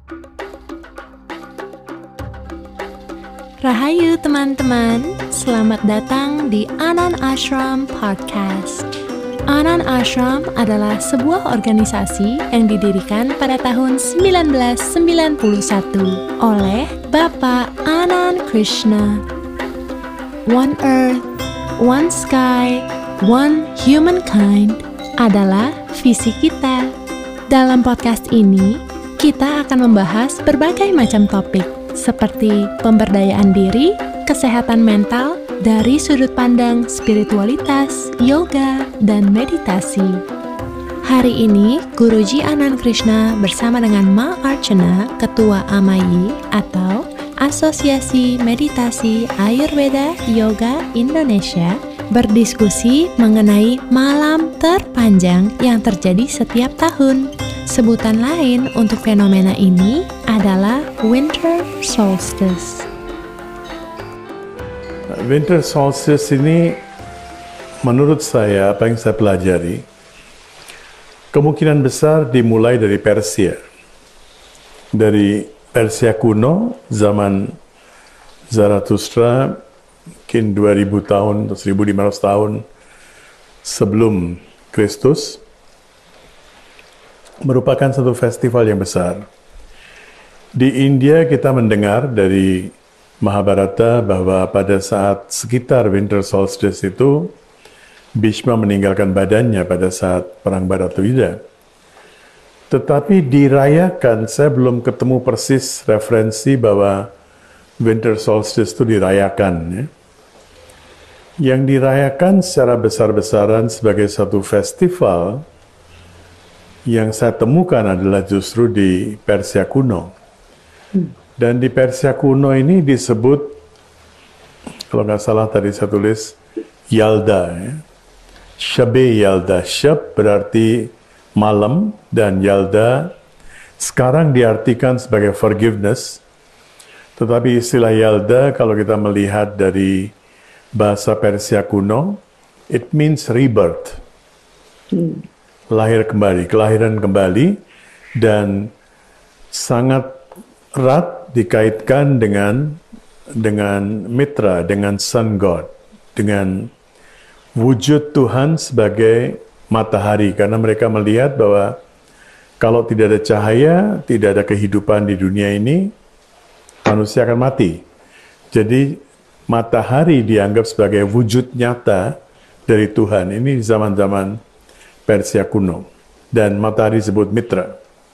Rahayu teman-teman, selamat datang di Anan Ashram Podcast. Anan Ashram adalah sebuah organisasi yang didirikan pada tahun 1991 oleh Bapak Anand Krishna. One Earth, One Sky, One Humankind adalah visi kita. Dalam podcast ini, kita akan membahas berbagai macam topik seperti pemberdayaan diri, kesehatan mental, dari sudut pandang spiritualitas, yoga, dan meditasi. Hari ini, Guruji Anand Krishna bersama dengan Ma Archana, Ketua AMAYI atau Asosiasi Meditasi Ayurveda Yoga Indonesia, berdiskusi mengenai malam terpanjang yang terjadi setiap tahun. Sebutan lain untuk fenomena ini adalah Winter Solstice. Winter Solstice ini, menurut saya, apa yang saya pelajari, kemungkinan besar dimulai dari Persia. Dari Persia kuno, zaman Zarathustra, mungkin 2000 tahun atau 1500 tahun sebelum Kristus, merupakan satu festival yang besar. Di India kita mendengar dari Mahabharata bahwa pada saat sekitar Winter Solstice itu, Bhishma meninggalkan badannya pada saat Perang Bharatayuddha. Tetapi dirayakan, saya belum ketemu persis referensi bahwa Winter Solstice itu dirayakan. Ya. Yang dirayakan secara besar-besaran sebagai satu festival yang saya temukan adalah justru di Persia kuno. Dan di Persia kuno ini disebut, kalau nggak salah tadi saya tulis, Yalda. Ya. Shabe Yalda. Shab berarti malam, dan Yalda sekarang diartikan sebagai forgiveness. Tetapi istilah Yalda, kalau kita melihat dari bahasa Persia kuno, it means rebirth. Lahir kembali, kelahiran kembali, dan sangat erat dikaitkan dengan mitra, dengan sun god, dengan wujud Tuhan sebagai matahari, karena mereka melihat bahwa kalau tidak ada cahaya, tidak ada kehidupan di dunia ini, manusia akan mati. Jadi matahari dianggap sebagai wujud nyata dari Tuhan. Ini di zaman-zaman Persia kuno, dan matahari disebut mitra.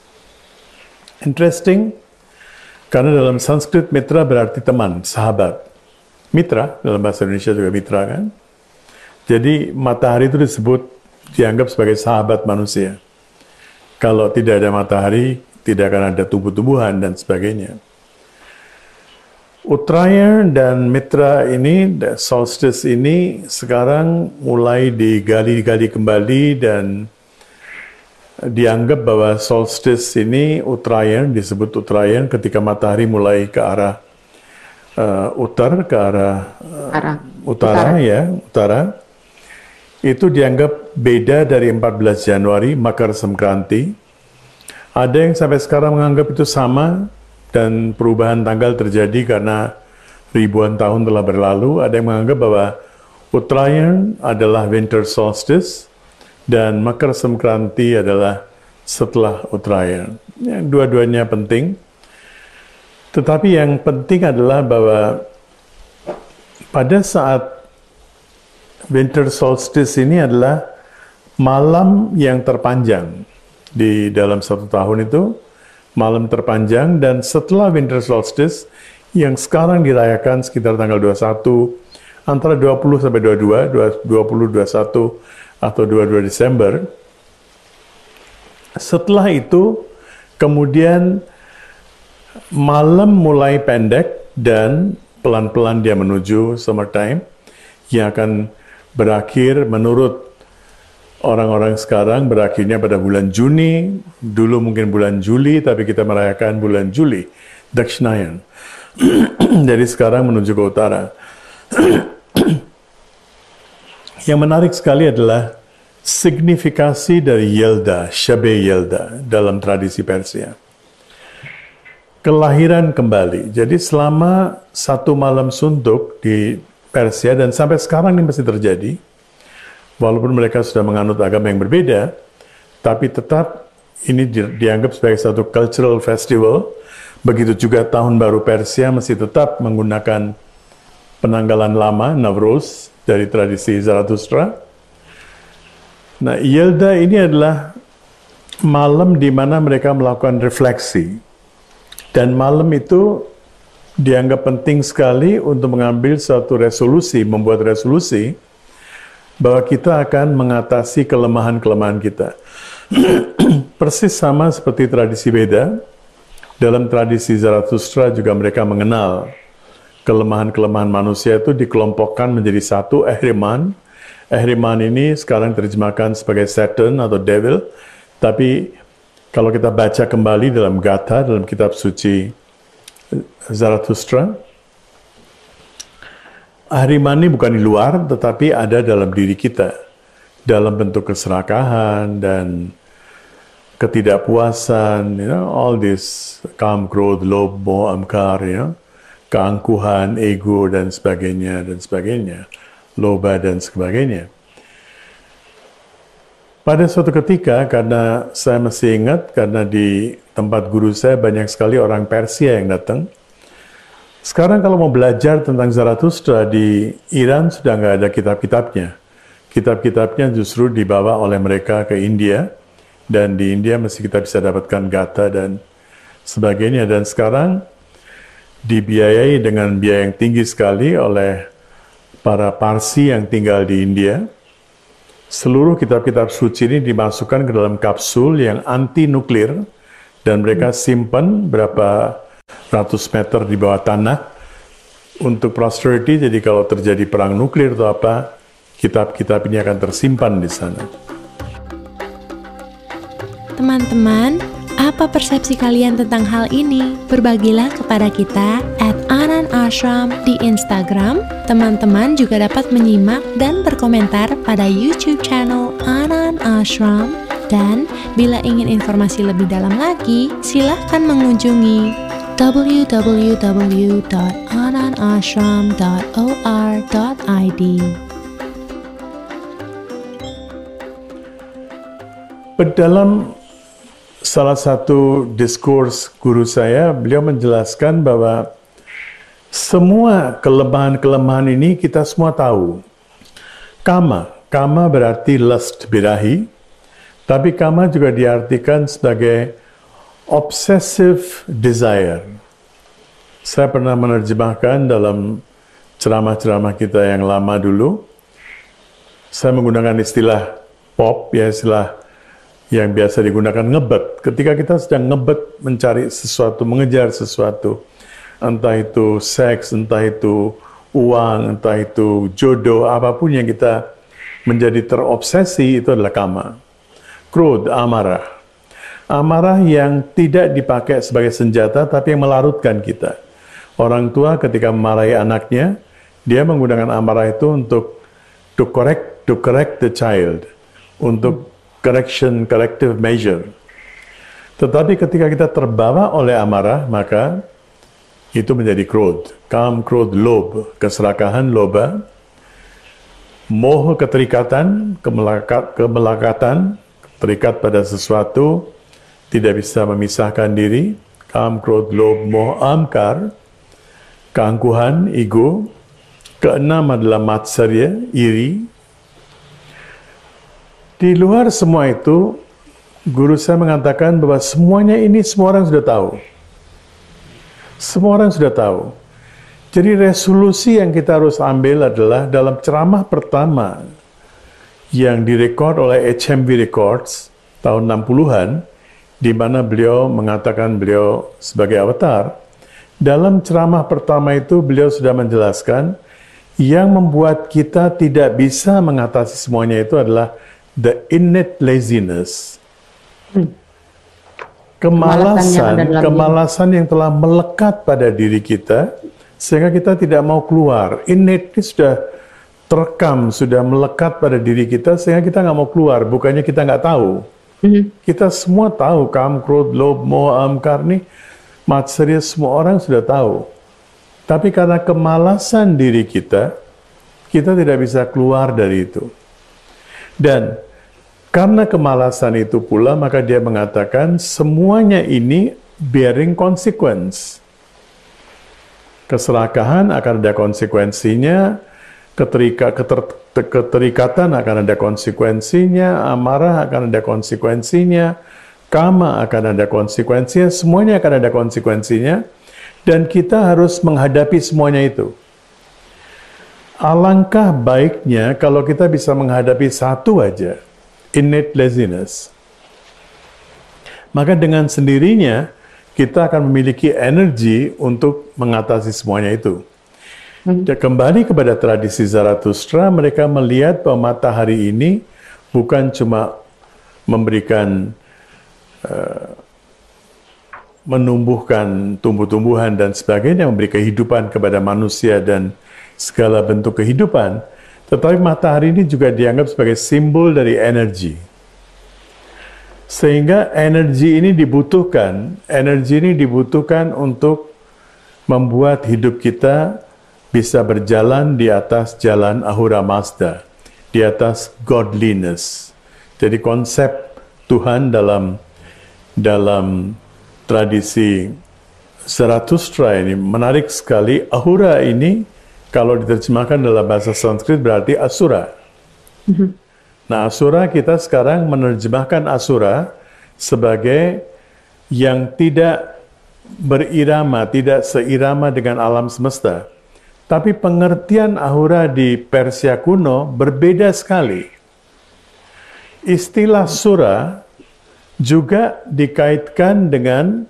Interesting, karena dalam Sanskrit mitra berarti teman, sahabat. Mitra, dalam bahasa Indonesia juga mitra kan. Jadi matahari itu dianggap sebagai sahabat manusia. Kalau tidak ada matahari, tidak akan ada tumbuh-tumbuhan dan sebagainya. Uttarayan dan Mitra ini, solstice ini sekarang mulai digali-gali kembali, dan dianggap bahwa solstice ini Uttarayan, disebut Uttarayan ketika matahari mulai ke arah utara. Itu dianggap beda dari 14 Januari, Makar Sankranti. Ada yang sampai sekarang menganggap itu sama, dan perubahan tanggal terjadi karena ribuan tahun telah berlalu. Ada yang menganggap bahwa Uttarayan adalah Winter Solstice dan Makar Sankranti adalah setelah Uttarayan. Ya, dua-duanya penting. Tetapi yang penting adalah bahwa pada saat Winter Solstice ini adalah malam yang terpanjang di dalam satu tahun itu. Malam terpanjang, dan setelah Winter Solstice yang sekarang dirayakan sekitar tanggal 21, antara 20 sampai 22, 20, 21 atau 22 Desember. Setelah itu kemudian malam mulai pendek dan pelan-pelan dia menuju summertime yang akan berakhir menurut orang-orang sekarang berakhirnya pada bulan Juni, dulu mungkin bulan Juli, tapi kita merayakan bulan Juli, Dakshinayan. Jadi sekarang menuju ke utara. Yang menarik sekali adalah signifikasi dari Yelda, Shabe Yelda dalam tradisi Persia. kelahiran kembali. Jadi selama satu malam suntuk di Persia, dan sampai sekarang ini masih terjadi, walaupun mereka sudah menganut agama yang berbeda, tapi tetap ini dianggap sebagai satu cultural festival. Begitu juga tahun baru Persia masih tetap menggunakan penanggalan lama, Nowruz, dari tradisi Zarathustra. Nah, Yelda ini adalah malam di mana mereka melakukan refleksi. Dan malam itu dianggap penting sekali untuk mengambil suatu resolusi, membuat resolusi bahwa kita akan mengatasi kelemahan-kelemahan kita. Persis sama seperti tradisi Veda, dalam tradisi Zarathustra juga mereka mengenal kelemahan-kelemahan manusia itu dikelompokkan menjadi satu, Ahriman. Ahriman ini sekarang terjemahkan sebagai Satan atau Devil, tapi kalau kita baca kembali dalam Gatha, dalam kitab suci Zarathustra, Ahriman ini bukan di luar, tetapi ada dalam diri kita, dalam bentuk keserakahan dan ketidakpuasan, all this kam, krodh, lobh, moh, amkar, keangkuhan, ego, dan sebagainya, loba, dan sebagainya. Pada suatu ketika, karena saya masih ingat, karena di tempat guru saya banyak sekali orang Persia yang datang. Sekarang kalau mau belajar tentang Zarathustra di Iran sudah nggak ada kitab-kitabnya. Kitab-kitabnya justru dibawa oleh mereka ke India, dan di India masih kita bisa dapatkan Gatha dan sebagainya. Dan sekarang dibiayai dengan biaya yang tinggi sekali oleh para Parsi yang tinggal di India. Seluruh kitab-kitab suci ini dimasukkan ke dalam kapsul yang anti nuklir, dan mereka simpan berapa ratus meter di bawah tanah untuk posterity. Jadi kalau terjadi perang nuklir atau apa, kitab-kitab ini akan tersimpan di sana. Teman-teman, apa persepsi kalian tentang hal ini? Berbagilah kepada kita @AnanAshram di Instagram. Teman-teman juga dapat menyimak dan berkomentar pada YouTube channel Anan Ashram. Dan bila ingin informasi lebih dalam lagi, silahkan mengunjungi www.ananashram.or.id. Dalam salah satu diskurs guru saya, beliau menjelaskan bahwa semua kelemahan-kelemahan ini kita semua tahu. Kama berarti lust, birahi, tapi kama juga diartikan sebagai obsessive desire. Saya pernah menerjemahkan dalam ceramah-ceramah kita yang lama dulu, saya menggunakan istilah pop, ya istilah yang biasa digunakan ngebet. Ketika kita sedang ngebet mencari sesuatu, mengejar sesuatu, entah itu seks, entah itu uang, entah itu jodoh, apapun yang kita menjadi terobsesi, itu adalah kama. Krodh, amarah. Amarah yang tidak dipakai sebagai senjata, tapi yang melarutkan kita. Orang tua ketika memarahi anaknya, dia menggunakan amarah itu untuk to correct the child, untuk corrective measure. Tetapi ketika kita terbawa oleh amarah, maka itu menjadi krodh. Kam, krodh, lobh, keserakahan, loba. Moh, keterikatan, kemelekatan, terikat pada sesuatu, tidak bisa memisahkan diri. Kam, krodh, lobh, moh, amkar, keangkuhan, ego. Keenam adalah matsarya, iri. Di luar semua itu, guru saya mengatakan bahwa semuanya ini semua orang sudah tahu. Semua orang sudah tahu. Jadi resolusi yang kita harus ambil adalah dalam ceramah pertama yang direkod oleh HMV Records tahun 60-an, di mana beliau mengatakan beliau sebagai avatar. Dalam ceramah pertama itu beliau sudah menjelaskan yang membuat kita tidak bisa mengatasi semuanya itu adalah the innate laziness, kemalasan yang telah melekat pada diri kita, sehingga kita tidak mau keluar. Innate ini sudah terekam, sudah melekat pada diri kita, sehingga kita nggak mau keluar. Bukannya kita nggak tahu. Kita semua tahu, kam, krodh, lobh, moh, amkar nih Material semua orang sudah tahu. Tapi karena kemalasan diri kita tidak bisa keluar dari itu. Dan karena kemalasan itu pula, maka dia mengatakan kesemuanya ini bearing consequence. Keserakahan akan ada konsekuensinya, keterikatan akan ada konsekuensinya, amarah akan ada konsekuensinya, kama akan ada konsekuensinya, semuanya akan ada konsekuensinya, dan kita harus menghadapi semuanya itu. Alangkah baiknya kalau kita bisa menghadapi satu aja, innate laziness. Maka dengan sendirinya, kita akan memiliki energi untuk mengatasi semuanya itu. Dan kembali kepada tradisi Zarathustra, mereka melihat bahwa matahari ini bukan cuma memberikan menumbuhkan tumbuh-tumbuhan dan sebagainya, memberi kehidupan kepada manusia dan segala bentuk kehidupan, tetapi matahari ini juga dianggap sebagai simbol dari energi. Sehingga energi ini dibutuhkan untuk membuat hidup kita bisa berjalan di atas jalan Ahura Mazda, di atas godliness. Jadi konsep Tuhan dalam tradisi Zarathustra ini menarik sekali. Ahura ini kalau diterjemahkan dalam bahasa Sanskrit berarti asura. Nah, asura kita sekarang menerjemahkan asura sebagai yang tidak berirama, tidak seirama dengan alam semesta. Tapi pengertian ahura di Persia kuno berbeda sekali. Istilah sura juga dikaitkan dengan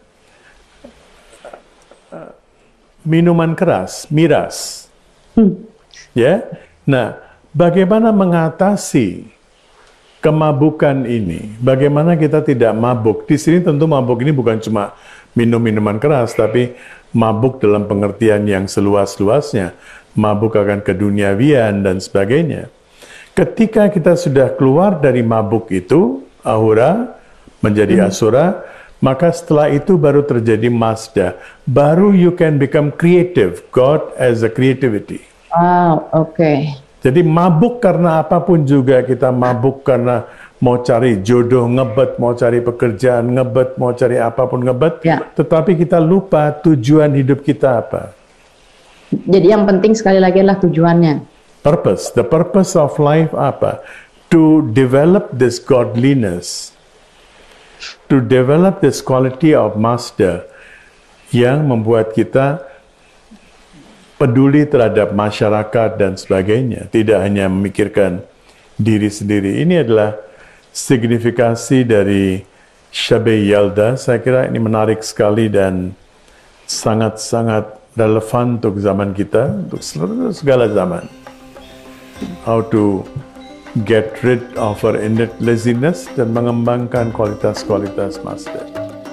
minuman keras, miras. Ya. Nah, bagaimana mengatasi kemabukan ini? Bagaimana kita tidak mabuk? Di sini tentu mabuk ini bukan cuma minum minuman keras, tapi mabuk dalam pengertian yang seluas-luasnya. Mabuk akan keduniawian dan sebagainya. Ketika kita sudah keluar dari mabuk itu, ahura menjadi asura, maka setelah itu baru terjadi Mazda. Baru you can become creative. God as a creativity. Okay. Jadi mabuk karena apapun juga, kita mabuk karena mau cari jodoh, ngebet, mau cari pekerjaan, ngebet, mau cari apapun, ngebet. Tetapi kita lupa tujuan hidup kita apa. Jadi yang penting sekali lagi adalah tujuannya. Purpose. The purpose of life apa? To develop this godliness. To develop this quality of Mazda yang membuat kita peduli terhadap masyarakat dan sebagainya, tidak hanya memikirkan diri sendiri. Ini adalah signifikasi dari Shabe Yalda. Saya kira ini menarik sekali dan sangat-sangat relevan untuk zaman kita, untuk segala zaman. How to get rid of our innate laziness dan mengembangkan kualitas-kualitas Mazda.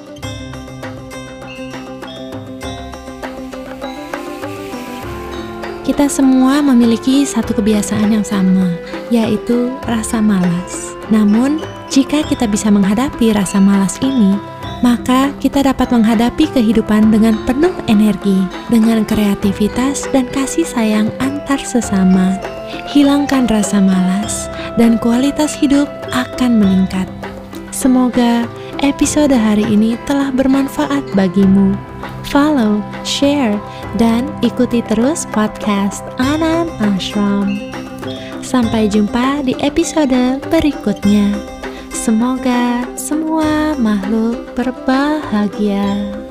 Kita semua memiliki satu kebiasaan yang sama, yaitu rasa malas. Namun, jika kita bisa menghadapi rasa malas ini, maka kita dapat menghadapi kehidupan dengan penuh energi, dengan kreativitas dan kasih sayang antar sesama. Hilangkan rasa malas, dan kualitas hidup akan meningkat. Semoga episode hari ini telah bermanfaat bagimu. Follow, share, dan ikuti terus podcast Anand Ashram. Sampai jumpa di episode berikutnya. Semoga semua makhluk berbahagia.